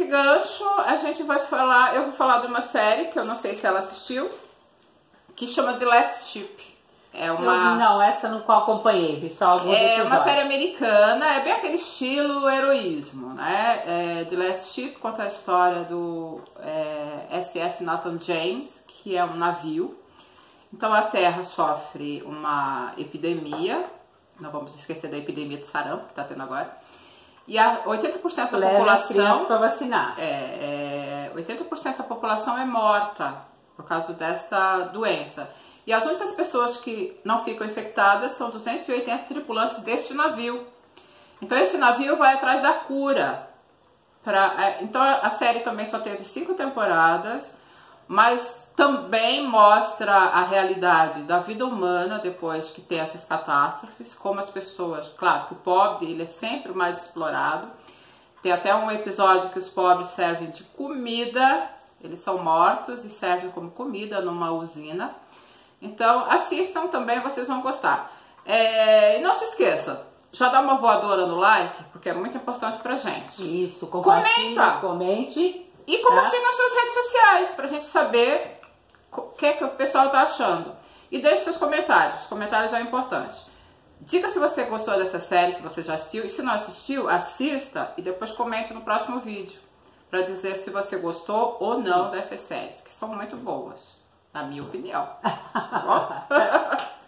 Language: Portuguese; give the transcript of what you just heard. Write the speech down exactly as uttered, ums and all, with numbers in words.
gancho, a gente vai falar, eu vou falar de uma série que eu não sei se ela assistiu, que chama The Last Ship. É uma... Eu, não, essa eu não acompanhei, vi só alguns É episódios. uma série americana, é bem aquele estilo heroísmo, né? É, The Last Ship conta a história do é, S S Nathan James, que é um navio. Então a Terra sofre uma epidemia, não vamos esquecer da epidemia de sarampo que está tendo agora. E a oitenta por cento da Leva população... as crianças para vacinar. É, é, oitenta por cento da população é morta por causa desta doença. E as únicas pessoas que não ficam infectadas são duzentos e oitenta tripulantes deste navio. Então esse navio vai atrás da cura. Pra, então a série também só teve cinco temporadas, mas também mostra a realidade da vida humana depois que tem essas catástrofes, como as pessoas, claro que o pobre ele é sempre o mais explorado. Tem até um episódio que os pobres servem de comida, eles são mortos e servem como comida numa usina. Então assistam também, vocês vão gostar. É, e não se esqueça, já dá uma voadora no like, porque é muito importante pra gente. Isso, compartilhe, Comenta. comente. E compartilhe nas suas redes sociais, pra gente saber o que, é que o pessoal tá achando. E deixe seus comentários, os comentários são importantes. Diga se você gostou dessa série, se você já assistiu. E se não assistiu, assista e depois comente no próximo vídeo. Pra dizer se você gostou ou não dessas séries, que são muito boas. Na minha opinião. Tá bom?